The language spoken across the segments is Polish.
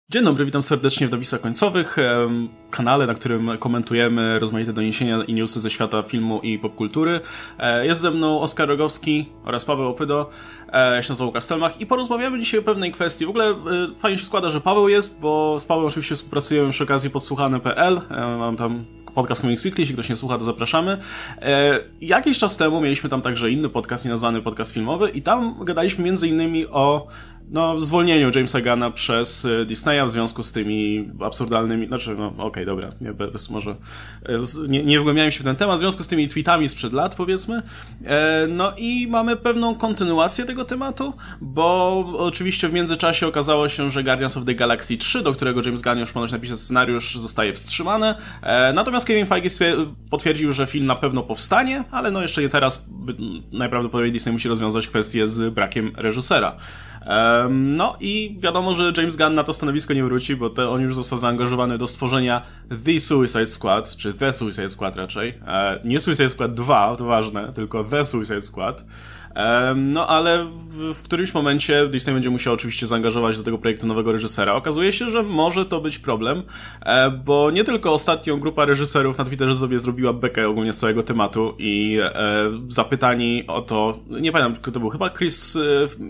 Dzień dobry, witam serdecznie w Nawisach Końcowych, kanale, na którym komentujemy rozmaite doniesienia i newsy ze świata filmu i popkultury. Jest ze mną Oskar Rogowski oraz Paweł Opydo. Ja się nazywam Łukasz Stelmach i porozmawiamy dzisiaj o pewnej kwestii. W ogóle fajnie się składa, że Paweł jest, bo z Pawłem oczywiście współpracujemy przy okazji podsłuchane.pl. Mam tam podcast Comics Weekly, jeśli ktoś nie słucha, to zapraszamy. Jakiś czas temu mieliśmy tam także inny podcast, nienazwany podcast filmowy i tam gadaliśmy między innymi o zwolnieniu Jamesa Gunna przez Disneya w związku z tymi absurdalnymi, dobra, może nie wgłębiałem się w ten temat, w związku z tymi tweetami sprzed lat, powiedzmy. No i mamy pewną kontynuację tego tematu, bo oczywiście w międzyczasie okazało się, że Guardians of the Galaxy 3, do którego James Gunn już ponoć napisał scenariusz, zostaje wstrzymane. Natomiast Kevin Feige potwierdził, że film na pewno powstanie, ale jeszcze nie teraz. Najprawdopodobniej Disney musi rozwiązać kwestię z brakiem reżysera. No i wiadomo, że James Gunn na to stanowisko nie wróci, bo on już został zaangażowany do stworzenia The Suicide Squad, czy The Suicide Squad raczej. Nie Suicide Squad 2, to ważne, tylko The Suicide Squad. No ale w którymś momencie Disney będzie musiał oczywiście zaangażować do tego projektu nowego reżysera. Okazuje się, że może to być problem, bo nie tylko ostatnio grupa reżyserów na Twitterze sobie zrobiła bekę ogólnie z całego tematu i zapytani o to, nie pamiętam kto to był, chyba Chris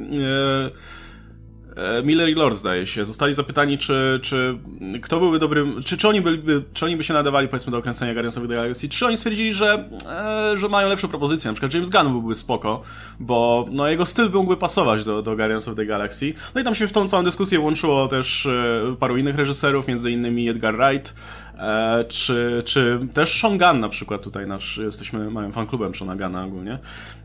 Miller i Lord, zdaje się, zostali zapytani, czy kto byłby dobrym, czy oni by się nadawali, powiedzmy, do okręcenia Guardians of the Galaxy, czy oni stwierdzili, że mają lepsze propozycje, na przykład James Gunn byłby spoko, bo jego styl mógłby pasować do Guardians of the Galaxy. No i tam się w tą całą dyskusję włączyło też paru innych reżyserów, między innymi Edgar Wright, czy też Sean Gunn na przykład, tutaj jesteśmy małym fanklubem Seana Gunna ogólnie.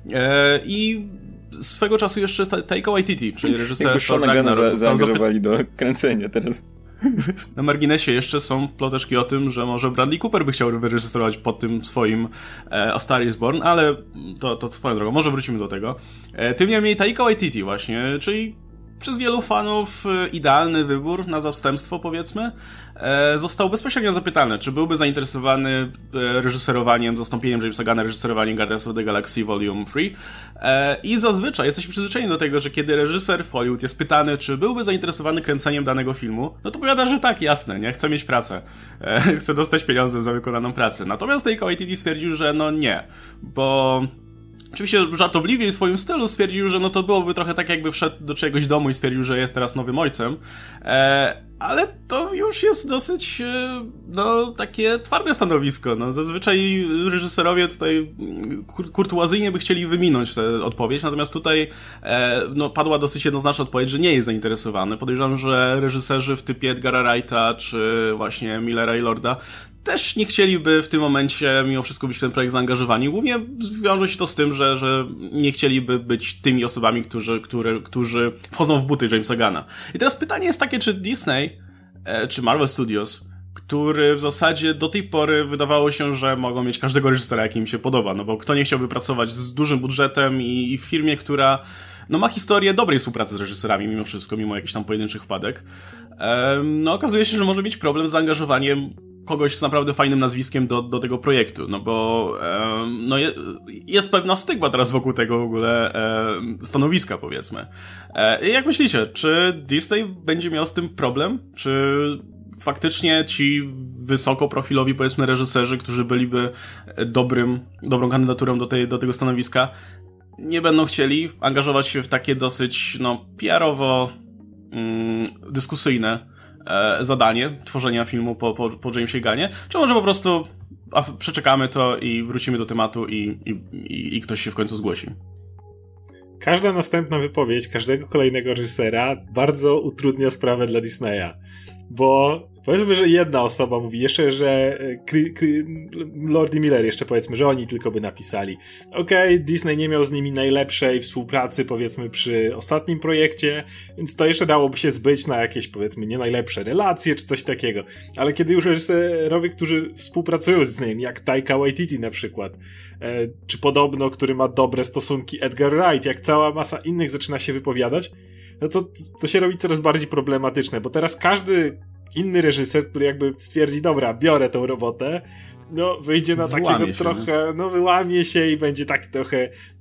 I swego czasu jeszcze Taika Waititi, czyli reżyser Thor Ragnarok, zaangażowali do kręcenia teraz. Na marginesie jeszcze są ploteczki o tym, że może Bradley Cooper by chciał wyreżyserować pod tym swoim A Star is Born, ale to swoją drogą, może wrócimy do tego. Tym niemniej Taika Waititi właśnie, czyli przez wielu fanów idealny wybór na zastępstwo, powiedzmy, został bezpośrednio zapytany, czy byłby zainteresowany reżyserowaniem, zastąpieniem Jamesa Gunna, reżyserowaniem Guardians of the Galaxy Volume 3. I zazwyczaj jesteśmy przyzwyczajeni do tego, że kiedy reżyser w Hollywood jest pytany, czy byłby zainteresowany kręceniem danego filmu, no to powiada, że tak, jasne, nie, chce mieć pracę, chce dostać pieniądze za wykonaną pracę. Natomiast Taika Waititi stwierdził, że nie, bo oczywiście żartobliwie w swoim stylu stwierdził, że to byłoby trochę tak, jakby wszedł do czyjegoś domu i stwierdził, że jest teraz nowym ojcem. Ale to już jest dosyć, takie twarde stanowisko. Zazwyczaj reżyserowie tutaj kurtuazyjnie by chcieli wyminąć tę odpowiedź, natomiast tutaj padła dosyć jednoznaczna odpowiedź, że nie jest zainteresowany. Podejrzewam, że reżyserzy w typie Edgara Wrighta, czy właśnie Millera i Lorda też nie chcieliby w tym momencie mimo wszystko być w ten projekt zaangażowani. Głównie wiąże się to z tym, że nie chcieliby być tymi osobami, którzy wchodzą w buty Jamesa Gunna. I teraz pytanie jest takie, czy Disney, czy Marvel Studios, który w zasadzie do tej pory wydawało się, że mogą mieć każdego reżysera, jaki im się podoba, bo kto nie chciałby pracować z dużym budżetem i w firmie, która ma historię dobrej współpracy z reżyserami mimo wszystko, mimo jakichś tam pojedynczych wpadek. Okazuje się, że może mieć problem z zaangażowaniem kogoś z naprawdę fajnym nazwiskiem do tego projektu, bo jest pewna stygma teraz wokół tego w ogóle stanowiska, powiedzmy. Jak myślicie, czy Disney będzie miał z tym problem? Czy faktycznie ci wysokoprofilowi, powiedzmy, reżyserzy, którzy byliby dobrą kandydaturą do tego stanowiska, nie będą chcieli angażować się w takie dosyć PR-owo dyskusyjne zadanie tworzenia filmu po Jamesie Gunnie, czy może po prostu przeczekamy to i wrócimy do tematu i ktoś się w końcu zgłosi? Każda następna wypowiedź każdego kolejnego reżysera bardzo utrudnia sprawę dla Disneya, bo powiedzmy, że jedna osoba mówi jeszcze, że Lord i Miller jeszcze powiedzmy, że oni tylko by napisali. Okej, Disney nie miał z nimi najlepszej współpracy, powiedzmy, przy ostatnim projekcie, więc to jeszcze dałoby się zbyć na jakieś, powiedzmy, nie najlepsze relacje, czy coś takiego. Ale kiedy już reżyserowie, którzy współpracują z Disneyem, jak Taika Waititi na przykład, czy podobno, który ma dobre stosunki Edgar Wright, jak cała masa innych zaczyna się wypowiadać, no to się robi coraz bardziej problematyczne, bo teraz każdy inny reżyser, który jakby stwierdzi, dobra, biorę tą robotę, wyjdzie na takiego trochę, wyłamie się i będzie tak trochę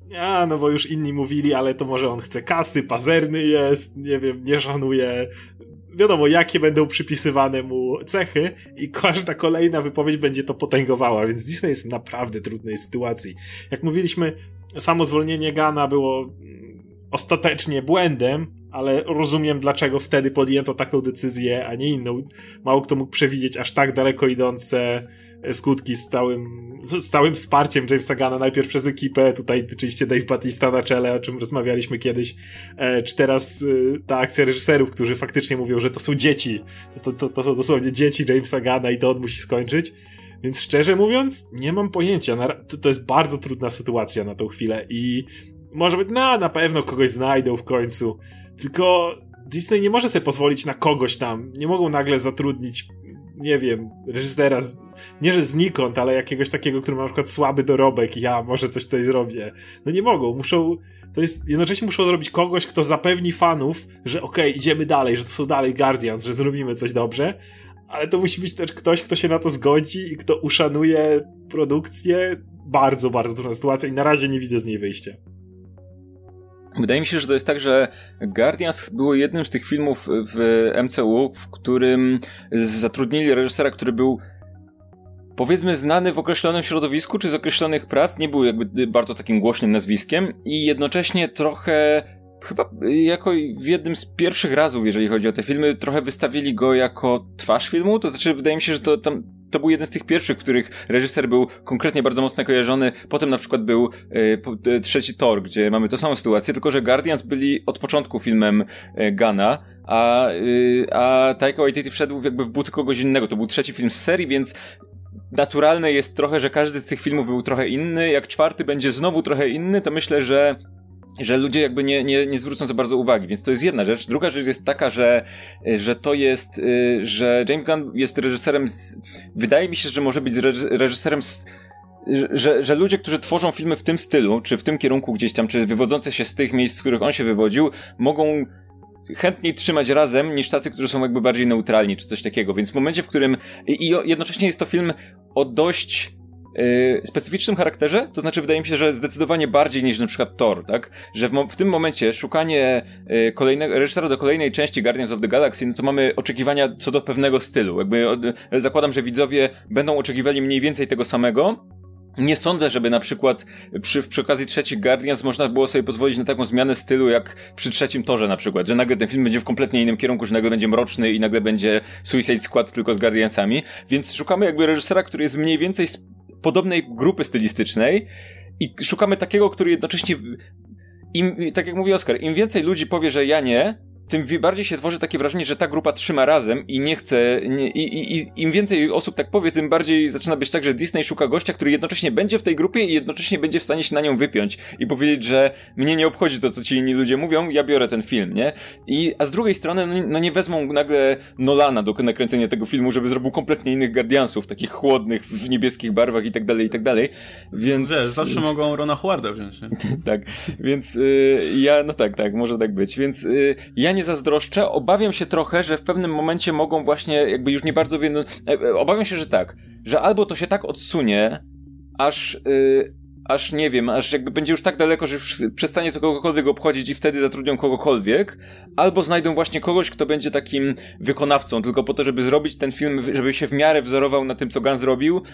no bo już inni mówili, ale to może on chce kasy, pazerny jest, nie wiem, nie szanuje, wiadomo jakie będą przypisywane mu cechy i każda kolejna wypowiedź będzie to potęgowała, więc Disney jest w naprawdę trudnej sytuacji. Jak mówiliśmy, samo zwolnienie Gunna było ostatecznie błędem, ale rozumiem, dlaczego wtedy podjęto taką decyzję, a nie inną. Mało kto mógł przewidzieć aż tak daleko idące skutki z całym wsparciem Jamesa Gunna, najpierw przez ekipę, tutaj oczywiście Dave Bautista na czele, o czym rozmawialiśmy kiedyś, czy teraz ta akcja reżyserów, którzy faktycznie mówią, że to są dzieci, to są dosłownie dzieci Jamesa Gunna i to on musi skończyć. Więc szczerze mówiąc, nie mam pojęcia. To jest bardzo trudna sytuacja na tą chwilę i może być, na pewno kogoś znajdą w końcu. Tylko Disney nie może sobie pozwolić na kogoś tam. Nie mogą nagle zatrudnić, nie wiem, reżysera, nie że znikąd, ale jakiegoś takiego, który ma na przykład słaby dorobek i ja może coś tutaj zrobię. No nie mogą, jednocześnie muszą zrobić kogoś, kto zapewni fanów, że okej, idziemy dalej, że to są dalej Guardians, że zrobimy coś dobrze, ale to musi być też ktoś, kto się na to zgodzi i kto uszanuje produkcję. Bardzo, bardzo trudna sytuacja i na razie nie widzę z niej wyjścia. Wydaje mi się, że to jest tak, że Guardians było jednym z tych filmów w MCU, w którym zatrudnili reżysera, który był powiedzmy znany w określonym środowisku, czy z określonych prac, nie był jakby bardzo takim głośnym nazwiskiem i jednocześnie trochę, chyba jako w jednym z pierwszych razów, jeżeli chodzi o te filmy, trochę wystawili go jako twarz filmu, to znaczy wydaje mi się, że to był jeden z tych pierwszych, w których reżyser był konkretnie bardzo mocno kojarzony. Potem na przykład był trzeci Thor, gdzie mamy tę samą sytuację, tylko że Guardians byli od początku filmem Gunna, a Taika Waititi wszedł jakby w buty kogoś innego. To był trzeci film z serii, więc naturalne jest trochę, że każdy z tych filmów był trochę inny. Jak czwarty będzie znowu trochę inny, to myślę, że ludzie jakby nie zwrócą za bardzo uwagi, więc to jest jedna rzecz. Druga rzecz jest taka, że to jest, że James Gunn jest reżyserem wydaje mi się, że może być reżyserem że ludzie, którzy tworzą filmy w tym stylu, czy w tym kierunku gdzieś tam, czy wywodzące się z tych miejsc, z których on się wywodził, mogą chętniej trzymać razem niż tacy, którzy są jakby bardziej neutralni, czy coś takiego. Więc w momencie, w którym i jednocześnie jest to film o dość specyficznym charakterze, to znaczy wydaje mi się, że zdecydowanie bardziej niż na przykład Thor, tak? Że w tym momencie szukanie kolejnego reżysera do kolejnej części Guardians of the Galaxy, no to mamy oczekiwania co do pewnego stylu. Jakby zakładam, że widzowie będą oczekiwali mniej więcej tego samego. Nie sądzę, żeby na przykład przy okazji trzecich Guardians można było sobie pozwolić na taką zmianę stylu jak przy trzecim Torze na przykład, że nagle ten film będzie w kompletnie innym kierunku, że nagle będzie mroczny i nagle będzie Suicide Squad tylko z Guardiansami, więc szukamy jakby reżysera, który jest mniej więcej z podobnej grupy stylistycznej i szukamy takiego, który jednocześnie tak jak mówi Oskar, im więcej ludzi powie, że ja nie, tym bardziej się tworzy takie wrażenie, że ta grupa trzyma razem i nie chce, im więcej osób tak powie, tym bardziej zaczyna być tak, że Disney szuka gościa, który jednocześnie będzie w tej grupie i jednocześnie będzie w stanie się na nią wypiąć i powiedzieć, że mnie nie obchodzi to, co ci inni ludzie mówią, ja biorę ten film, nie? A z drugiej strony, no nie wezmą nagle Nolana do nakręcenia tego filmu, żeby zrobił kompletnie innych Guardiansów, takich chłodnych, w niebieskich barwach i tak dalej, więc... Zawsze mogą Rona Howarda wziąć, nie? Tak, więc tak, może tak być, więc ja nie zazdroszczę, obawiam się trochę, że w pewnym momencie mogą właśnie jakby już nie bardzo obawiam się, że tak, że albo to się tak odsunie, aż nie wiem, aż jakby będzie już tak daleko, że już przestanie to kogokolwiek obchodzić i wtedy zatrudnią kogokolwiek, albo znajdą właśnie kogoś, kto będzie takim wykonawcą, tylko po to, żeby zrobić ten film, żeby się w miarę wzorował na tym, co Gunn zrobił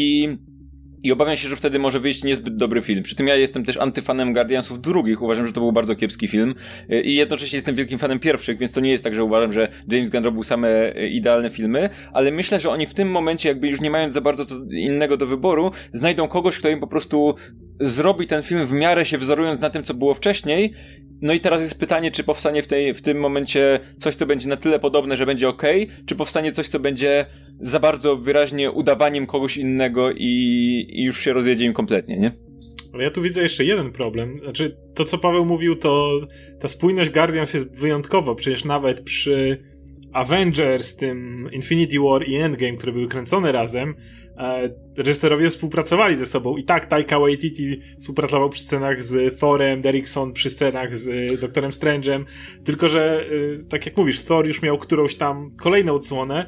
i obawiam się, że wtedy może wyjść niezbyt dobry film. Przy tym ja jestem też antyfanem Guardiansów drugich. Uważam, że to był bardzo kiepski film. I jednocześnie jestem wielkim fanem pierwszych, więc to nie jest tak, że uważam, że James Gunn robił same idealne filmy, ale myślę, że oni w tym momencie, jakby już nie mając za bardzo innego do wyboru, znajdą kogoś, kto im po prostu zrobi ten film w miarę się wzorując na tym, co było wcześniej. No i teraz jest pytanie, czy powstanie w tym momencie coś, co będzie na tyle podobne, że będzie okej, czy powstanie coś, co będzie za bardzo wyraźnie udawaniem kogoś innego i już się rozjedzie im kompletnie, nie? Ale ja tu widzę jeszcze jeden problem. Znaczy, to co Paweł mówił, to ta spójność Guardians jest wyjątkowa. Przecież nawet przy Avengers, tym Infinity War i Endgame, które były kręcone razem, reżyserowie współpracowali ze sobą i tak Taika Waititi współpracował przy scenach z Thorem, Derrickson przy scenach z Doktorem Strange'em, tylko że tak jak mówisz, Thor już miał którąś tam kolejną odsłonę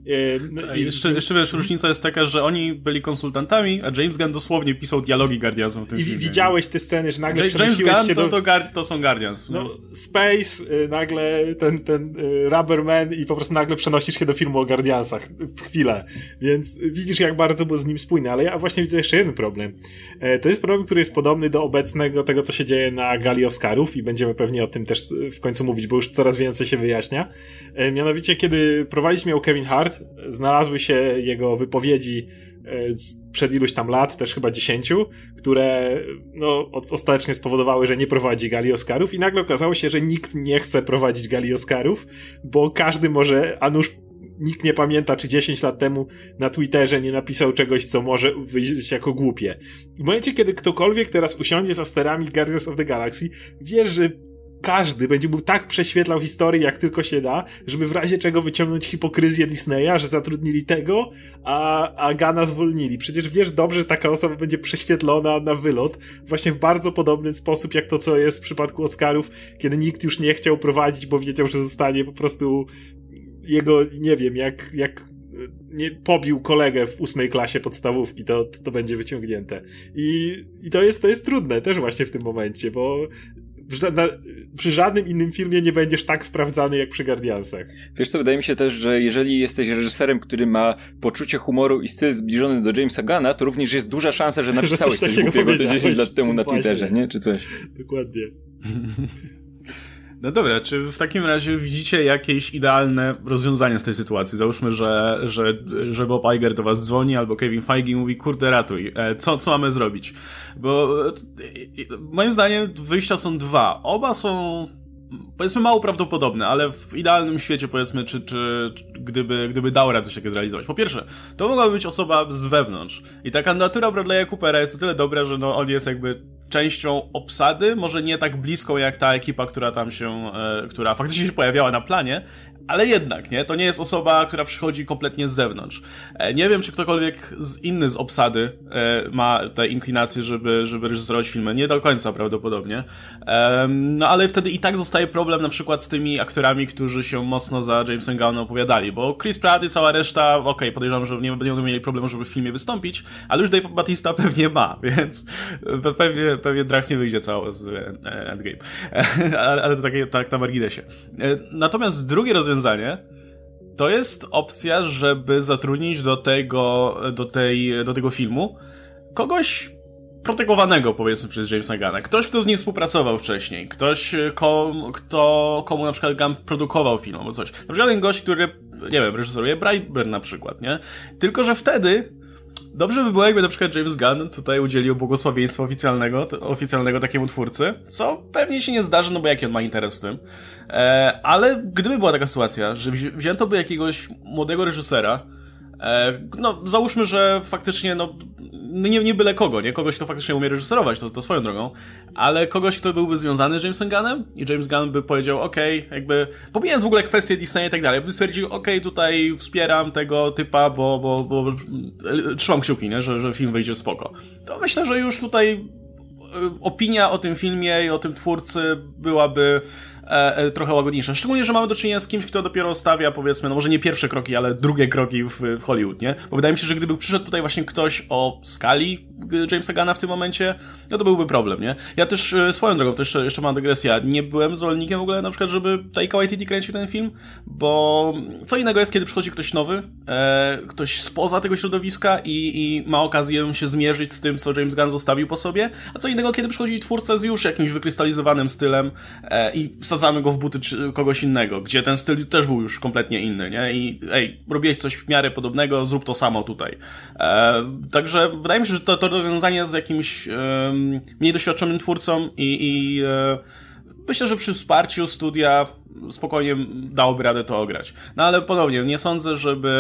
Jeszcze wiesz, różnica jest taka, że oni byli konsultantami, a James Gunn dosłownie pisał dialogi Guardiansom w tym filmie. Widziałeś te sceny, że nagle James Gunn to są Guardians. Space, nagle ten Rubberman i po prostu nagle przenosisz się do filmu o Guardiansach w chwilę. Więc widzisz, jak bardzo był z nim spójny. Ale ja właśnie widzę jeszcze jeden problem. To jest problem, który jest podobny do obecnego tego, co się dzieje na gali Oscarów i będziemy pewnie o tym też w końcu mówić, bo już coraz więcej się wyjaśnia. Mianowicie, kiedy prowadzić miał Kevin Hart, znalazły się jego wypowiedzi sprzed iluś tam lat, też chyba 10, które ostatecznie spowodowały, że nie prowadzi gali Oscarów i nagle okazało się, że nikt nie chce prowadzić gali Oscarów, bo każdy może, a nuż nikt nie pamięta, czy 10 lat temu na Twitterze nie napisał czegoś, co może wyjść jako głupie. W momencie, kiedy ktokolwiek teraz usiądzie za sterami Guardians of the Galaxy, wiesz, że każdy będzie mu tak prześwietlał historię, jak tylko się da, żeby w razie czego wyciągnąć hipokryzję Disneya, że zatrudnili tego, a Gunna zwolnili. Przecież wiesz dobrze, że taka osoba będzie prześwietlona na wylot, właśnie w bardzo podobny sposób, jak to, co jest w przypadku Oscarów, kiedy nikt już nie chciał prowadzić, bo wiedział, że zostanie po prostu jego, nie wiem, jak nie pobił kolegę w 8 klasie podstawówki, to będzie wyciągnięte. I to jest trudne też właśnie w tym momencie, bo przy żadnym innym filmie nie będziesz tak sprawdzany jak przy Guardiansach. Wiesz co, wydaje mi się też, że jeżeli jesteś reżyserem, który ma poczucie humoru i styl zbliżony do Jamesa Gunna, to również jest duża szansa, że napisałeś coś głupiego te 10 lat temu na Twitterze, nie? Czy coś. Dokładnie. No dobra, czy w takim razie widzicie jakieś idealne rozwiązanie z tej sytuacji? Załóżmy, że Bob Iger do was dzwoni, albo Kevin Feige mówi, kurde, ratuj, co mamy zrobić? Bo moim zdaniem wyjścia są dwa. Oba są, powiedzmy, mało prawdopodobne, ale w idealnym świecie, powiedzmy, czy gdyby dało radę coś takiego zrealizować. Po pierwsze, to mogła być osoba z wewnątrz. I ta kandydatura Bradley'a Coopera jest o tyle dobra, że on jest jakby częścią obsady, może nie tak bliską jak ta ekipa, która tam się, która faktycznie się pojawiała na planie, ale jednak, nie? To nie jest osoba, która przychodzi kompletnie z zewnątrz. Nie wiem, czy ktokolwiek inny z obsady ma te inklinacje, żeby reżyserować filmy. Nie do końca prawdopodobnie. No ale wtedy i tak zostaje problem na przykład z tymi aktorami, którzy się mocno za Jamesem Gunnem opowiadali, bo Chris Pratt i cała reszta, podejrzewam, że nie będą mieli problemu, żeby w filmie wystąpić, ale już Dave Bautista pewnie ma, więc pewnie Drax nie wyjdzie cało z Endgame. Ale to tak na marginesie. Natomiast drugie rozwiązanie to jest opcja, żeby zatrudnić do tego filmu kogoś protegowanego, powiedzmy, przez Jamesa Gunna. Ktoś, kto z nim współpracował wcześniej. Ktoś, komu na przykład Gunn produkował film albo coś. Na przykład ten gość, który, nie wiem, reżyseruje Brightburn na przykład, nie? Tylko że wtedy dobrze by było, jakby na przykład James Gunn tutaj udzielił błogosławieństwa oficjalnego takiemu twórcy, co pewnie się nie zdarzy, no bo jaki on ma interes w tym. Ale gdyby była taka sytuacja, że wzięto by jakiegoś młodego reżysera, no załóżmy, że faktycznie nie byle kogo, nie? Kogoś, kto faktycznie umie reżyserować, to swoją drogą, ale kogoś, kto byłby związany z Jamesem Gunnem i James Gunn by powiedział, okej, jakby pomijając w ogóle kwestie Disneya i tak dalej, by stwierdził, tutaj wspieram tego typa, bo trzymam kciuki, nie? Że film wyjdzie spoko. To myślę, że już tutaj opinia o tym filmie i o tym twórcy byłaby trochę łagodniejsza. Szczególnie, że mamy do czynienia z kimś, kto dopiero stawia, powiedzmy, no może nie pierwsze kroki, ale drugie kroki w Hollywood, nie? Bo wydaje mi się, że gdyby przyszedł tutaj właśnie ktoś o skali Jamesa Gunna w tym momencie, no to byłby problem, nie? Ja też swoją drogą, to jeszcze mam dygresja, nie byłem zwolennikiem w ogóle na przykład, żeby Taika Waititi kręcił ten film, bo co innego jest, kiedy przychodzi ktoś nowy, ktoś spoza tego środowiska i ma okazję się zmierzyć z tym, co James Gunn zostawił po sobie, a co innego, kiedy przychodzi twórca z już jakimś wykrystalizowanym stylem i wsadzamy go w buty kogoś innego, gdzie ten styl też był już kompletnie inny, nie? I robiłeś coś w miarę podobnego, zrób to samo tutaj. Także wydaje mi się, że to rozwiązanie z jakimś mniej doświadczonym twórcą i myślę, że przy wsparciu studia spokojnie dałoby radę to ograć. No ale ponownie, nie sądzę,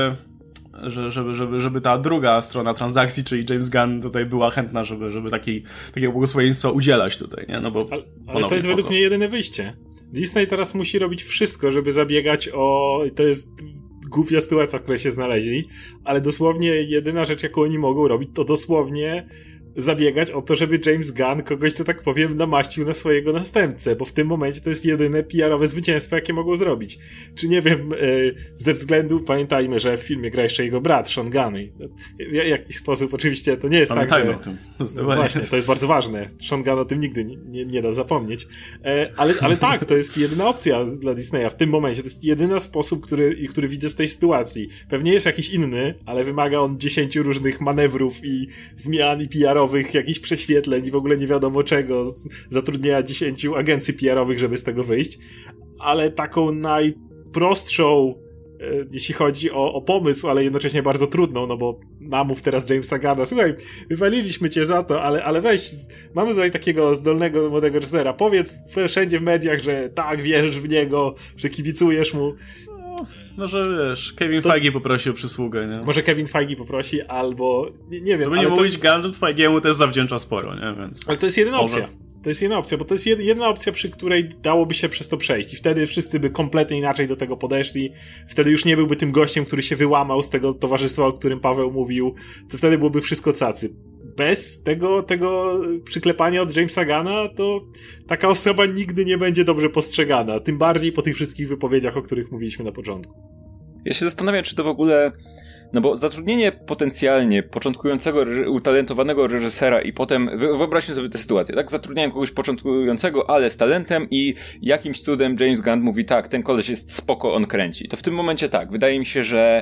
żeby ta druga strona transakcji, czyli James Gunn tutaj była chętna, żeby takiego błogosławieństwa udzielać tutaj, nie? No bo ale to jest według mnie jedyne wyjście. Disney teraz musi robić wszystko, żeby zabiegać to jest głupia sytuacja, w której się znaleźli, ale dosłownie jedyna rzecz, jaką oni mogą robić, to dosłownie zabiegać o to, żeby James Gunn kogoś, że tak powiem, namaścił na swojego następcę, bo w tym momencie to jest jedyne PR-owe zwycięstwo, jakie mogą zrobić. Czy nie wiem, ze względu, pamiętajmy, że w filmie gra jeszcze jego brat, Sean Gunn. W jakiś sposób oczywiście to nie jest pamiętajmy tak, że... o tym. No właśnie, to jest bardzo ważne. Sean Gunn o tym nigdy nie da zapomnieć. Ale tak, to jest jedyna opcja dla Disneya w tym momencie. To jest jedyny sposób, który widzę z tej sytuacji. Pewnie jest jakiś inny, ale wymaga on 10 różnych manewrów i zmian i PR-owych, jakichś prześwietleń i w ogóle nie wiadomo czego. Zatrudnienia 10 agencji PR-owych, żeby z tego wyjść. Ale taką najprostszą, jeśli chodzi o pomysł, ale jednocześnie bardzo trudną, no bo namów teraz Jamesa Gunna, słuchaj, wywaliliśmy cię za to, ale weź, mamy tutaj takiego zdolnego młodego reżysera, powiedz wszędzie w mediach, że tak, wierzysz w niego, że kibicujesz mu. Może wiesz, Kevin Feige poprosi o przysługę, nie? Może Kevin Feige poprosi, albo nie wiem. Żeby nie mówić, Gunn Feigiemu też zawdzięcza sporo, nie? Więc... Ale to jest jedyna opcja. To jest jedna opcja, bo to jest jedna opcja, przy której dałoby się przez to przejść i wtedy wszyscy by kompletnie inaczej do tego podeszli, wtedy już nie byłby tym gościem, który się wyłamał z tego towarzystwa, o którym Paweł mówił, to wtedy byłoby wszystko cacy. Bez tego przyklepania od Jamesa Gunna, to taka osoba nigdy nie będzie dobrze postrzegana, tym bardziej po tych wszystkich wypowiedziach, o których mówiliśmy na początku. Ja się zastanawiam, czy to w ogóle... No bo zatrudnienie potencjalnie początkującego, utalentowanego reżysera i potem, wyobraźmy sobie tę sytuację, tak? Zatrudniają kogoś początkującego, ale z talentem i jakimś cudem James Gunn mówi, tak, ten koleś jest spoko, on kręci. To w tym momencie tak, wydaje mi się, że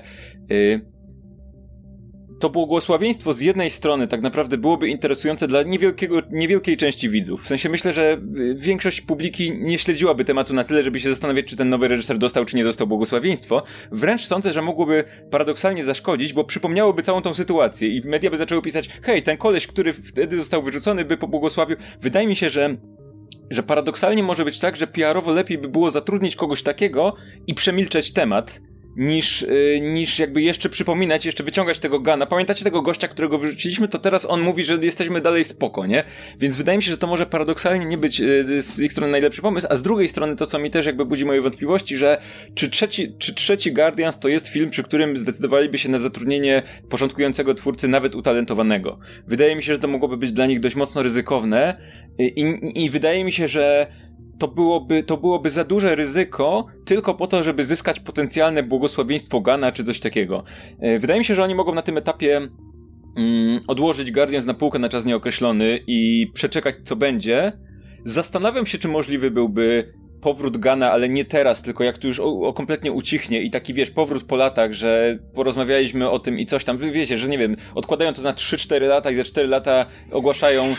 to błogosławieństwo z jednej strony tak naprawdę byłoby interesujące dla niewielkiej części widzów. W sensie myślę, że większość publiki nie śledziłaby tematu na tyle, żeby się zastanawiać, czy ten nowy reżyser dostał, czy nie dostał błogosławieństwo. Wręcz sądzę, że mogłoby paradoksalnie zaszkodzić, bo przypomniałoby całą tą sytuację i media by zaczęły pisać, hej, ten koleś, który wtedy został wyrzucony, by pobłogosławił. Wydaje mi się, że paradoksalnie może być tak, że PR-owo lepiej by było zatrudnić kogoś takiego i przemilczeć temat, niż jakby jeszcze przypominać, jeszcze wyciągać tego Gunna. Pamiętacie tego gościa, którego wyrzuciliśmy, to teraz on mówi, że jesteśmy dalej spoko, nie? Więc wydaje mi się, że to może paradoksalnie nie być z ich strony najlepszy pomysł, a z drugiej strony to, co mi też jakby budzi moje wątpliwości, że czy trzeci Guardians to jest film, przy którym zdecydowaliby się na zatrudnienie początkującego twórcy, nawet utalentowanego. Wydaje mi się, że to mogłoby być dla nich dość mocno ryzykowne i wydaje mi się, że to byłoby za duże ryzyko tylko po to, żeby zyskać potencjalne błogosławieństwo Gunna czy coś takiego. Wydaje mi się, że oni mogą na tym etapie odłożyć Guardians na półkę na czas nieokreślony i przeczekać, co będzie. Zastanawiam się, czy możliwy byłby powrót Gunna, ale nie teraz, tylko jak tu już kompletnie ucichnie i taki, wiesz, powrót po latach, że porozmawialiśmy o tym i coś tam, wy wiecie, że nie wiem, odkładają to na 3-4 lata i za 4 lata ogłaszają...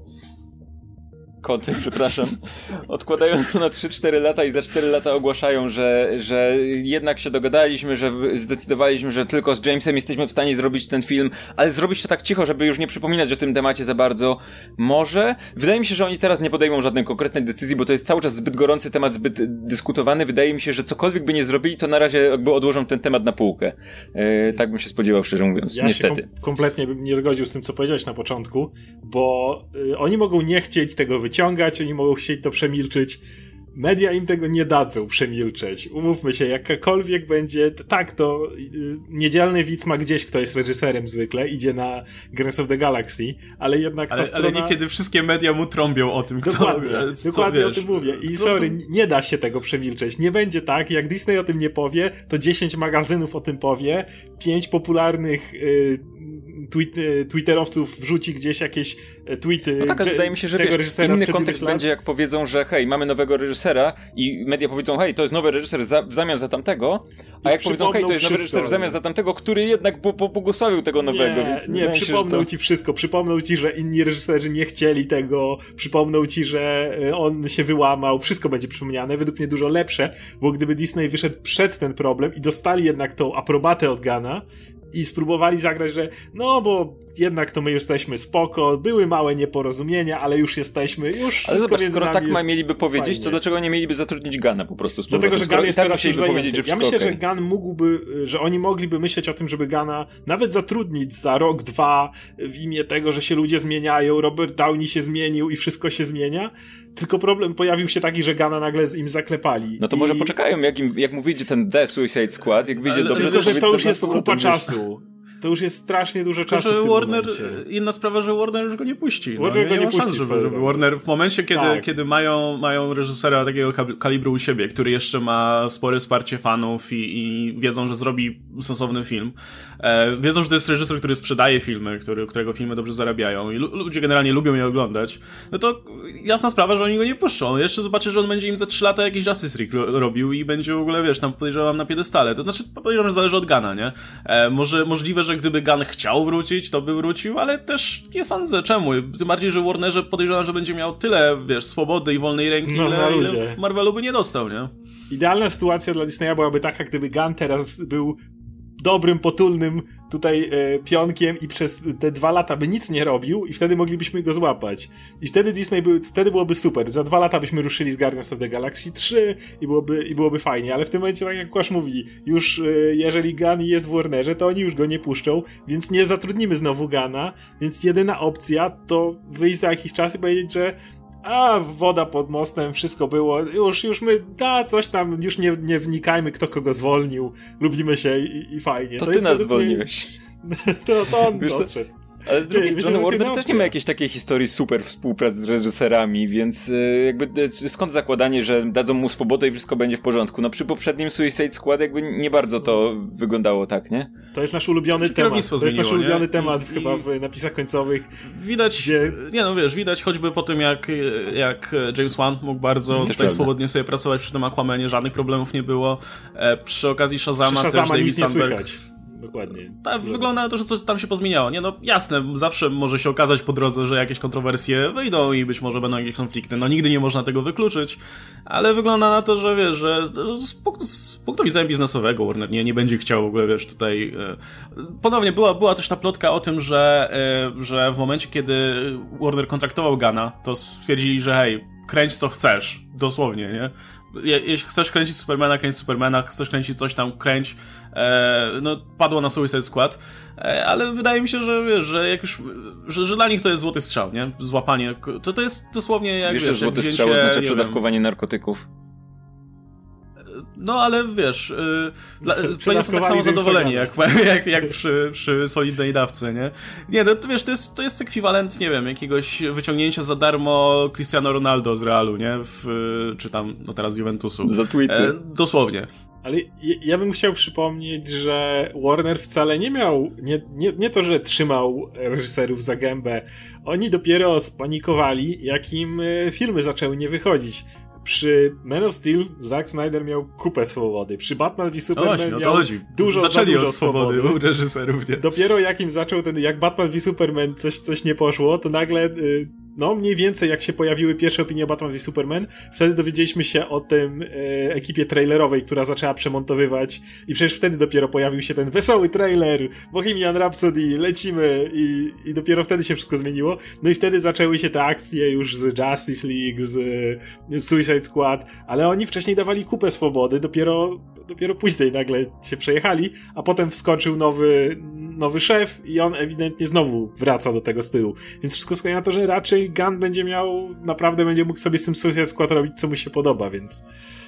Koty, przepraszam. Odkładają to na 3-4 lata i za 4 lata ogłaszają, że jednak się dogadaliśmy, że zdecydowaliśmy, że tylko z Jamesem jesteśmy w stanie zrobić ten film, ale zrobić to tak cicho, żeby już nie przypominać o tym temacie za bardzo. Może? Wydaje mi się, że oni teraz nie podejmą żadnej konkretnej decyzji, bo to jest cały czas zbyt gorący temat, zbyt dyskutowany. Wydaje mi się, że cokolwiek by nie zrobili, to na razie jakby odłożą ten temat na półkę. Tak bym się spodziewał, szczerze mówiąc. Ja niestety. Się kompletnie bym nie zgodził z tym, co powiedziałeś na początku, bo oni mogą nie chcieć tego wyciągać, oni mogą chcieć to przemilczyć. Media im tego nie dadzą przemilczeć. Umówmy się, jakakolwiek będzie... Tak, to niedzielny widz ma gdzieś, kto jest reżyserem zwykle, idzie na Guardians of the Galaxy, ale jednak ta strona... Ale niekiedy wszystkie media mu trąbią o tym, dokładnie, kto... Dokładnie o tym mówię. I sorry, nie da się tego przemilczeć. Nie będzie tak, jak Disney o tym nie powie, to 10 magazynów o tym powie, 5 popularnych... twitterowców wrzuci gdzieś jakieś tweety. No tak, ale wydaje mi się, że wiesz, inny kontekst będzie, jak powiedzą, że hej, mamy nowego reżysera i media powiedzą, hej, to jest nowy reżyser w zamian za tamtego, a jak powiedzą, hej, to jest nowy reżyser w zamian za tamtego, który jednak pobłogosławił tego nowego, więc nie, przypomną ci wszystko, przypomną ci, że inni reżyserzy nie chcieli tego, przypomną ci, że on się wyłamał, wszystko będzie przypomniane, według mnie dużo lepsze, bo gdyby Disney wyszedł przed ten problem i dostali jednak tą aprobatę od Gunna, i spróbowali zagrać, że no bo jednak to my jesteśmy spoko, były małe nieporozumienia, ale już jesteśmy, już ale zobacz, skoro tak mieliby powiedzieć, fajnie. To dlaczego nie mieliby zatrudnić Gunna po prostu? Dlatego, że Gunn jest teraz już powiedzieć, że ja myślę, okay. że Gunn mógłby, że oni mogliby myśleć o tym, żeby Gunna nawet zatrudnić za rok, 2 w imię tego, że się ludzie zmieniają, Robert Downey się zmienił i wszystko się zmienia, tylko problem pojawił się taki, że Gunna nagle im zaklepali. No to może poczekają, jak mu wyjdzie ten The Suicide Squad, jak wyjdzie dobrze... Tylko, że to już jest kupa czasu. to już jest strasznie dużo czasu że w tym Warner, momencie. inna sprawa, że Warner już go nie puści. Warner go nie puści, żeby Warner w momencie, kiedy mają reżysera takiego kalibru u siebie, który jeszcze ma spore wsparcie fanów i wiedzą, że zrobi sensowny film, wiedzą, że to jest reżyser, który sprzedaje filmy, którego filmy dobrze zarabiają i ludzie generalnie lubią je oglądać, no to jasna sprawa, że oni go nie puszczą. Jeszcze zobaczę, że on będzie im za 3 lata jakiś Justice League robił i będzie w ogóle, wiesz, tam podejrzewam na piedestale. To znaczy, podejrzewam, że zależy od Gunna, nie? Możliwe, że gdyby Gunn chciał wrócić, to by wrócił, ale też nie sądzę czemu. Tym bardziej, że Warnerze podejrzewam, że będzie miał tyle, wiesz, swobody i wolnej ręki, ile w Marvelu by nie dostał, nie? Idealna sytuacja dla Disneya byłaby taka, gdyby Gunn teraz był dobrym, potulnym tutaj pionkiem i przez te 2 lata by nic nie robił i wtedy moglibyśmy go złapać. I wtedy wtedy byłoby super. Za 2 lata byśmy ruszyli z Guardians of the Galaxy 3 i byłoby fajnie, ale w tym momencie, tak jak Łasz mówi, już jeżeli Gunn jest w Warnerze, to oni już go nie puszczą, więc nie zatrudnimy znowu Gunna, więc jedyna opcja to wyjść za jakiś czas i powiedzieć, że woda pod mostem, wszystko było, już my, coś tam, już nie wnikajmy, kto kogo zwolnił, lubimy się i fajnie. To ty nas zwolniłeś. To on odszedł. Ale z drugiej strony Warner też nie ma jakiejś takiej historii super współpracy z reżyserami, więc jakby skąd zakładanie, że dadzą mu swobodę i wszystko będzie w porządku? No przy poprzednim Suicide Squad jakby nie bardzo to wyglądało tak, nie? To jest nasz ulubiony temat. To jest nasz ulubiony temat chyba w napisach końcowych. Widać, widać choćby po tym jak James Wan mógł bardzo tutaj swobodnie sobie pracować przy tym Aquamanie, żadnych problemów nie było. Przy okazji Shazama też David Sandberg. Dokładnie. Wygląda na to, że coś tam się pozmieniało. Nie, no jasne, zawsze może się okazać po drodze, że jakieś kontrowersje wyjdą i być może będą jakieś konflikty. No nigdy nie można tego wykluczyć, ale wygląda na to, że wiesz, że z punktu widzenia biznesowego Warner nie będzie chciał w ogóle, wiesz, tutaj... Ponownie była też ta plotka o tym, że w momencie, kiedy Warner kontraktował Gunna, to stwierdzili, że hej, kręć co chcesz, dosłownie, nie? Jeśli chcesz kręcić Supermana, kręć Supermana, chcesz kręcić coś tam, kręć. Padło na Suicide Squad, ale wydaje mi się, że wiesz, że jak już, że dla nich to jest złoty strzał, nie? Złapanie, to jest dosłownie jak, wiesz, złoty strzał oznacza przedawkowanie narkotyków. No, ale wiesz, planie są tak samo zadowoleni, jak przy solidnej dawce, nie? Nie, no to wiesz, to jest ekwiwalent, nie wiem, jakiegoś wyciągnięcia za darmo Cristiano Ronaldo z Realu, nie? Czy tam, no teraz z Juventusu. Za tweety. Dosłownie. Ale ja bym chciał przypomnieć, że Warner wcale nie miał, nie to, że trzymał reżyserów za gębę. Oni dopiero spanikowali, jak im filmy zaczęły nie wychodzić. Przy Man of Steel Zack Snyder miał kupę swobody. Przy Batman v Superman miał dużo od swobody u reżyserów, nie? Dopiero jak im zaczął jak Batman v Superman coś nie poszło, to nagle mniej więcej jak się pojawiły pierwsze opinie o Batman v Superman, wtedy dowiedzieliśmy się o tym ekipie trailerowej, która zaczęła przemontowywać i przecież wtedy dopiero pojawił się ten wesoły trailer, Bohemian Rhapsody, lecimy i dopiero wtedy się wszystko zmieniło. No i wtedy zaczęły się te akcje już z Justice League, z Suicide Squad, ale oni wcześniej dawali kupę swobody, dopiero później nagle się przejechali, a potem wskoczył nowy szef i on ewidentnie znowu wraca do tego stylu. Więc wszystko skłania na to, że raczej Gunn naprawdę będzie mógł sobie z tym Suicide Squad robić, co mu się podoba, więc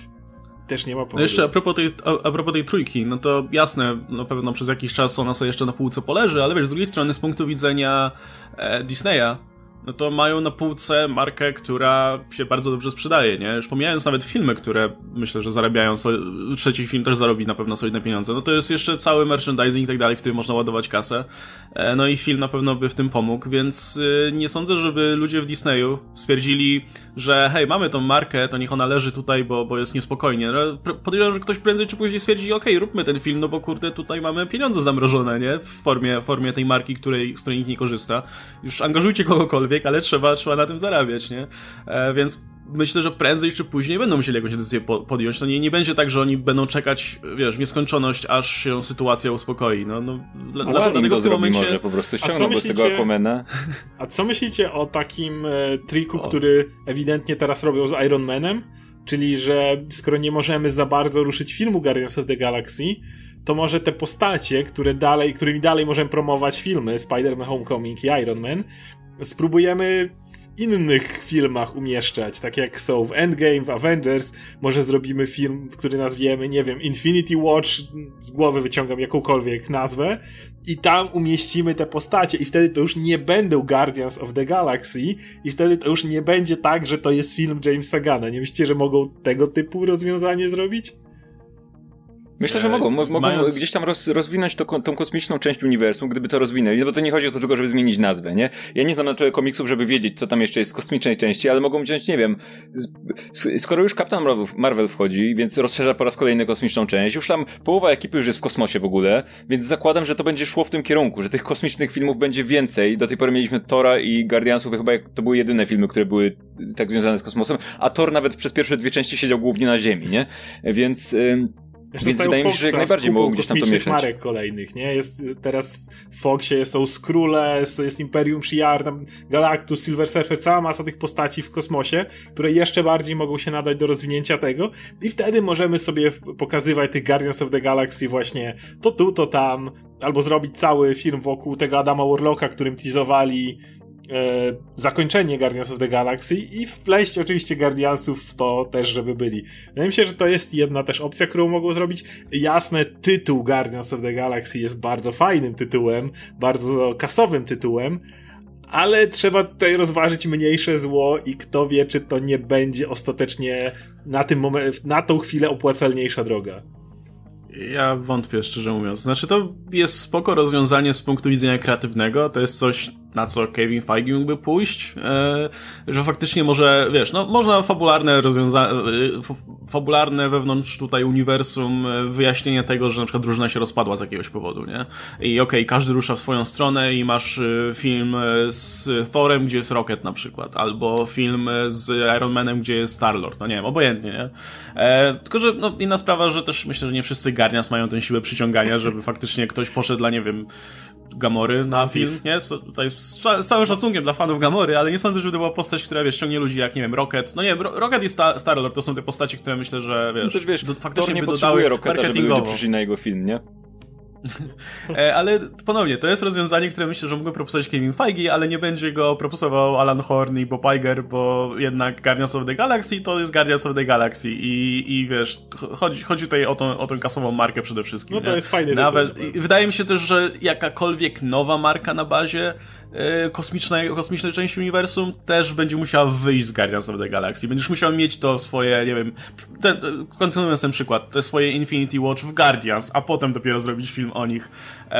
też nie ma powodu. No jeszcze a propos tej trójki, no to jasne, na pewno przez jakiś czas ona sobie jeszcze na półce poleży, ale wiesz, z drugiej strony z punktu widzenia Disneya, no to mają na półce markę, która się bardzo dobrze sprzedaje, nie? Już pomijając nawet filmy, które myślę, że zarabiają, trzeci film też zarobi na pewno solidne pieniądze, no to jest jeszcze cały merchandising i tak dalej, w którym można ładować kasę, no i film na pewno by w tym pomógł, więc nie sądzę, żeby ludzie w Disneyu stwierdzili, że hej, mamy tą markę, to niech ona leży tutaj, bo jest niespokojnie. No, podejrzewam, że ktoś prędzej czy później stwierdzi, okej, róbmy ten film, no bo kurde, tutaj mamy pieniądze zamrożone, nie? W formie tej marki, z której nikt nie korzysta. Już angażujcie kogokolwiek, ale trzeba na tym zarabiać, nie? Więc myślę, że prędzej czy później będą musieli jakąś decyzję podjąć. To nie będzie tak, że oni będą czekać, wiesz, w nieskończoność, aż się sytuacja uspokoi. Dlatego w tym momencie... może po prostu ściągnął z tego Aquamana. A co myślicie o takim triku, który ewidentnie teraz robią z Iron Manem? Czyli, że skoro nie możemy za bardzo ruszyć filmu Guardians of the Galaxy, to może te postacie, którymi dalej możemy promować filmy Spider-Man Homecoming i Iron Man, spróbujemy innych filmach umieszczać, tak jak są w Endgame, w Avengers, może zrobimy film, który nazwiemy, nie wiem, Infinity Watch, z głowy wyciągam jakąkolwiek nazwę i tam umieścimy te postacie i wtedy to już nie będą Guardians of the Galaxy i wtedy to już nie będzie tak, że to jest film Jamesa Gunna. Nie myślicie, że mogą tego typu rozwiązanie zrobić? Myślę, że mogą gdzieś tam rozwinąć tą kosmiczną część uniwersum, gdyby to rozwinęli, no bo to nie chodzi o to tylko, żeby zmienić nazwę, nie? Ja nie znam na tyle komiksów, żeby wiedzieć, co tam jeszcze jest z kosmicznej części, ale mogą wziąć, nie wiem, skoro już Kapitan Marvel wchodzi, więc rozszerza po raz kolejny kosmiczną część, już tam połowa ekipy już jest w kosmosie w ogóle, więc zakładam, że to będzie szło w tym kierunku, że tych kosmicznych filmów będzie więcej. Do tej pory mieliśmy Thora i Guardiansów, chyba to były jedyne filmy, które były tak związane z kosmosem, a Thor nawet przez pierwsze 2 części siedział głównie na Ziemi, nie? Więc wydaje mi się, że jak najbardziej mogą gdzieś tam to mieszać. Marek kolejnych, nie? Jest teraz w Foxie są Skrulle, jest Imperium Shi'ar, tam Galactus, Silver Surfer, cała masa tych postaci w kosmosie, które jeszcze bardziej mogą się nadać do rozwinięcia tego i wtedy możemy sobie pokazywać tych Guardians of the Galaxy właśnie to tu, to tam, albo zrobić cały film wokół tego Adama Warlocka, którym teasowali zakończenie Guardians of the Galaxy i wpleść oczywiście Guardiansów w to też, żeby byli. Wydaje mi się, że to jest jedna też opcja, którą mogą zrobić. Jasne, tytuł Guardians of the Galaxy jest bardzo fajnym tytułem, bardzo kasowym tytułem, ale trzeba tutaj rozważyć mniejsze zło i kto wie, czy to nie będzie ostatecznie na tą chwilę opłacalniejsza droga. Ja wątpię, szczerze mówiąc. Znaczy, to jest spoko rozwiązanie z punktu widzenia kreatywnego, to jest coś, na co Kevin Feige mógłby pójść, że faktycznie może, wiesz, no można fabularne wewnątrz tutaj uniwersum wyjaśnienie tego, że na przykład drużyna się rozpadła z jakiegoś powodu, nie? I okej, każdy rusza w swoją stronę i masz film z Thorem, gdzie jest Rocket na przykład, albo film z Iron Manem, gdzie jest Star-Lord, no nie wiem, obojętnie, nie? Tylko, że no, inna sprawa, że też myślę, że nie wszyscy Guardians mają tę siłę przyciągania, żeby faktycznie ktoś poszedł dla, nie wiem, Gamory na film, nie? Tutaj z całym szacunkiem dla fanów Gamory, ale nie sądzę, żeby to była postać, która, wiesz, ściągnie ludzi jak, nie wiem, Rocket. No nie wiem, Rocket i Star-Lord to są te postacie, które myślę, że, wiesz, no też, faktycznie nie by dodały Rocketa, żeby ludzie przyszli na jego film, nie? Ale ponownie, to jest rozwiązanie, które myślę, że mógłby proponować Kevin Feige, ale nie będzie go proponował Alan Horn i Bob Iger, bo jednak Guardians of the Galaxy to jest Guardians of the Galaxy i wiesz, chodzi tutaj o tą kasową markę przede wszystkim. No to jest fajny wydaje mi się też, że jakakolwiek nowa marka na bazie kosmicznej części uniwersum też będzie musiała wyjść z Guardians of the Galaxy. Będziesz musiał mieć to swoje, nie wiem, kontynuując ten przykład, to swoje Infinity Watch w Guardians, a potem dopiero zrobić film o nich.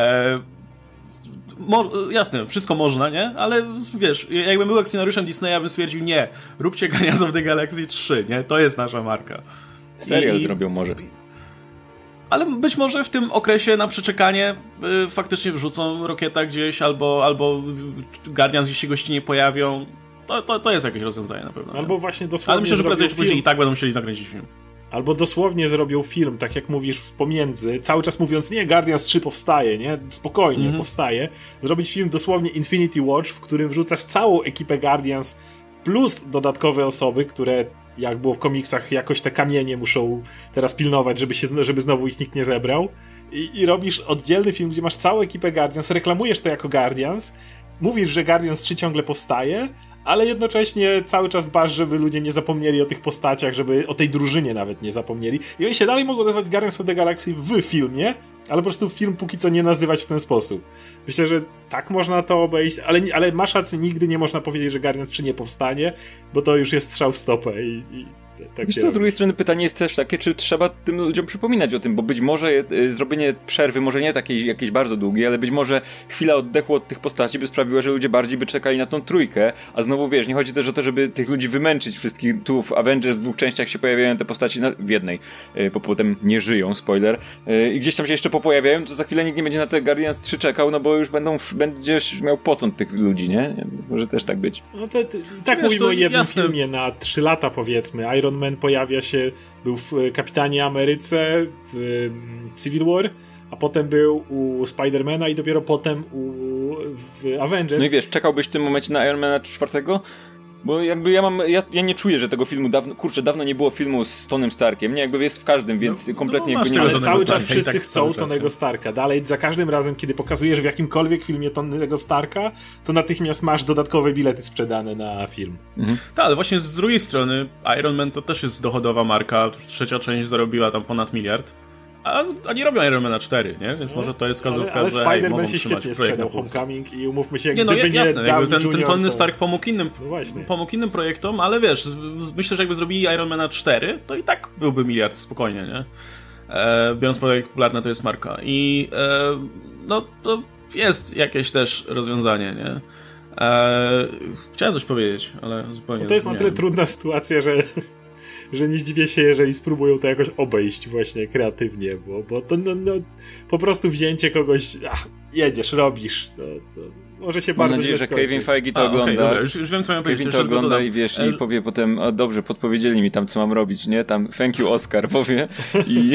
Jasne, wszystko można, nie? Ale wiesz, jakbym był akcjonariuszem Disneya, bym stwierdził, nie, róbcie Guardians of the Galaxy 3, nie? To jest nasza marka. Serial zrobią może. Ale być może w tym okresie na przeczekanie faktycznie wrzucą Rocketa gdzieś, albo Guardians gdzieś się gości nie pojawią. To jest jakieś rozwiązanie na pewno. Albo właśnie dosłownie. Ale myślę, że prędzej czy później i tak będą musieli nakręcić film. Albo dosłownie zrobią film, tak jak mówisz, w pomiędzy, cały czas mówiąc, nie, Guardians 3 powstaje, nie? Spokojnie, powstaje. Zrobić film dosłownie Infinity Watch, w którym wrzucasz całą ekipę Guardians plus dodatkowe osoby, które, jak było w komiksach, jakoś te kamienie muszą teraz pilnować, żeby znowu ich nikt nie zebrał. I robisz oddzielny film, gdzie masz całą ekipę Guardians, reklamujesz to jako Guardians, mówisz, że Guardians 3 ciągle powstaje, ale jednocześnie cały czas dbasz, żeby ludzie nie zapomnieli o tych postaciach, żeby o tej drużynie nawet nie zapomnieli. I oni się dalej mogą nazywać Guardians of the Galaxy w filmie, ale po prostu film póki co nie nazywać w ten sposób. Myślę, że tak można to obejść, ale masz rację, nigdy nie można powiedzieć, że Guardians 3 nie powstanie, bo to już jest strzał w stopę tak. Wiesz co, z drugiej strony pytanie jest też takie, czy trzeba tym ludziom przypominać o tym, bo być może zrobienie przerwy, może nie takiej jakiejś bardzo długiej, ale być może chwila oddechu od tych postaci by sprawiła, że ludzie bardziej by czekali na tą trójkę, a znowu wiesz, nie chodzi też o to, żeby tych ludzi wymęczyć wszystkich. Tu w Avengers w 2 częściach się pojawiają te postaci w jednej, bo potem nie żyją, spoiler, i gdzieś tam się jeszcze popojawiają, to za chwilę nikt nie będzie na te Guardians 3 czekał, no bo już będziesz miał potąd tych ludzi, nie? Może też tak być. No tak mówimy o jednym filmie na 3 lata, powiedzmy. Iron Man pojawia się, był w Kapitanie Ameryce, w Civil War, a potem był u Spidermana i dopiero potem w Avengers. No i wiesz, czekałbyś w tym momencie na Iron Mana 4? Bo jakby ja nie czuję, że tego filmu dawno nie było filmu z Tonym Starkiem, nie, jakby jest w każdym, więc kompletnie jakby nie... Ale cały czas Starka, wszyscy tak chcą Tonego Starka. Dalej za każdym razem, kiedy pokazujesz w jakimkolwiek filmie Tonego Starka, to natychmiast masz dodatkowe bilety sprzedane na film. Tak, ale właśnie z drugiej strony Iron Man to też jest dochodowa marka, trzecia część zarobiła tam ponad miliard. A oni robią Iron Mana 4, nie? Więc może to jest wskazówka, ale że Spider-Man się trzymać świetnie projekt na sprzedał, półce. Homecoming, i umówmy się, Nie, no gdyby jasne, nie jakby ten Junior, Tony to... Stark pomógł innym projektom, ale wiesz, myślę, że jakby zrobili Iron Mana 4, to i tak byłby miliard spokojnie, nie? Biorąc pod uwagę, jak popularna to jest marka. I no to jest jakieś też rozwiązanie, nie? Chciałem coś powiedzieć, ale zupełnie to jest na tyle trudna sytuacja, że nie zdziwię się, jeżeli spróbują to jakoś obejść właśnie kreatywnie, bo to po prostu wzięcie kogoś, jedziesz, robisz, to może się Mam bardzo nadzieję, źle że skończyć. Kevin Feige to ogląda. Dobra, już wiem, co miałem powiedzieć. Kevin to ogląda i wiesz, i powie potem, dobrze, podpowiedzieli mi tam, co mam robić, nie? Tam thank you Oscar powie i...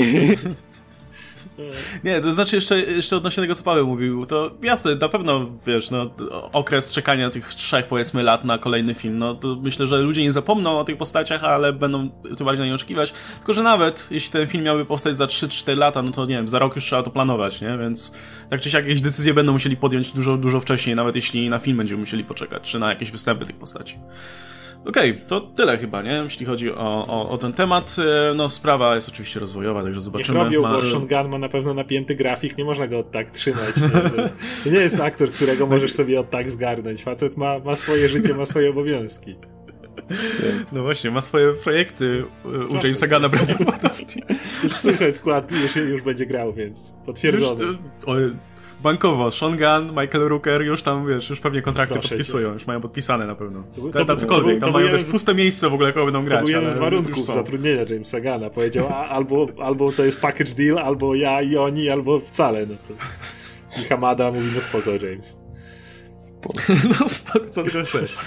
Nie, to znaczy jeszcze odnośnie tego, co Paweł mówił, to jasne, na pewno, wiesz, no, okres czekania tych 3, powiedzmy, lat na kolejny film, no to myślę, że ludzie nie zapomną o tych postaciach, ale będą tym bardziej na nie oczekiwać, tylko że nawet jeśli ten film miałby powstać za 3-4 lata, no to nie wiem, za rok już trzeba to planować, nie, więc tak czy siak jakieś decyzje będą musieli podjąć dużo wcześniej, nawet jeśli na film będziemy musieli poczekać, czy na jakieś występy tych postaci. Okej, to tyle chyba, nie? Jeśli chodzi o ten temat. No, sprawa jest oczywiście rozwojowa, także zobaczymy. Niech robią, bo Sean Gunn ma na pewno napięty grafik, nie można go od tak trzymać. Nie? To nie jest aktor, którego możesz sobie od tak zgarnąć. Facet ma swoje życie, ma swoje obowiązki. No właśnie, ma swoje projekty u Jamesa Gunna prawdopodobnie. Już Suicide Squad już będzie grał, więc potwierdzony. Bankowo, Sean Gunn, Michael Rooker, już tam, wiesz, już pewnie kontrakty podpisują, już mają podpisane na pewno. Tacokolwiek, tam mają też puste miejsce w ogóle, kogo będą grać. To był jeden z warunków zatrudnienia Jamesa Gunna. Powiedział, albo to jest package deal, albo ja i oni, albo wcale. No to... I Hamada mówi, no spoko, James. Spoko. No spoko, co tylko chcesz.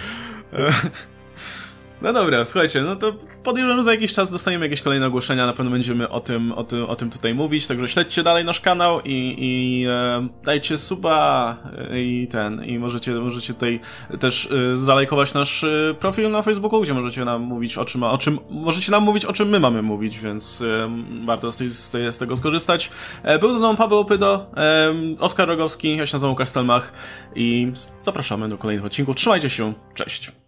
No dobra, słuchajcie, no to podejrzewam, że za jakiś czas dostaniemy jakieś kolejne ogłoszenia, na pewno będziemy o tym tutaj mówić, także śledźcie dalej nasz kanał i dajcie suba i możecie tutaj też zalajkować nasz profil na Facebooku, gdzie możecie nam mówić o czym my mamy mówić, więc warto z tego skorzystać. Był ze mną Paweł Opydo, Oskar Rogowski, ja się nazywam Łukasz Stelmach i zapraszamy do kolejnych odcinków. Trzymajcie się, cześć!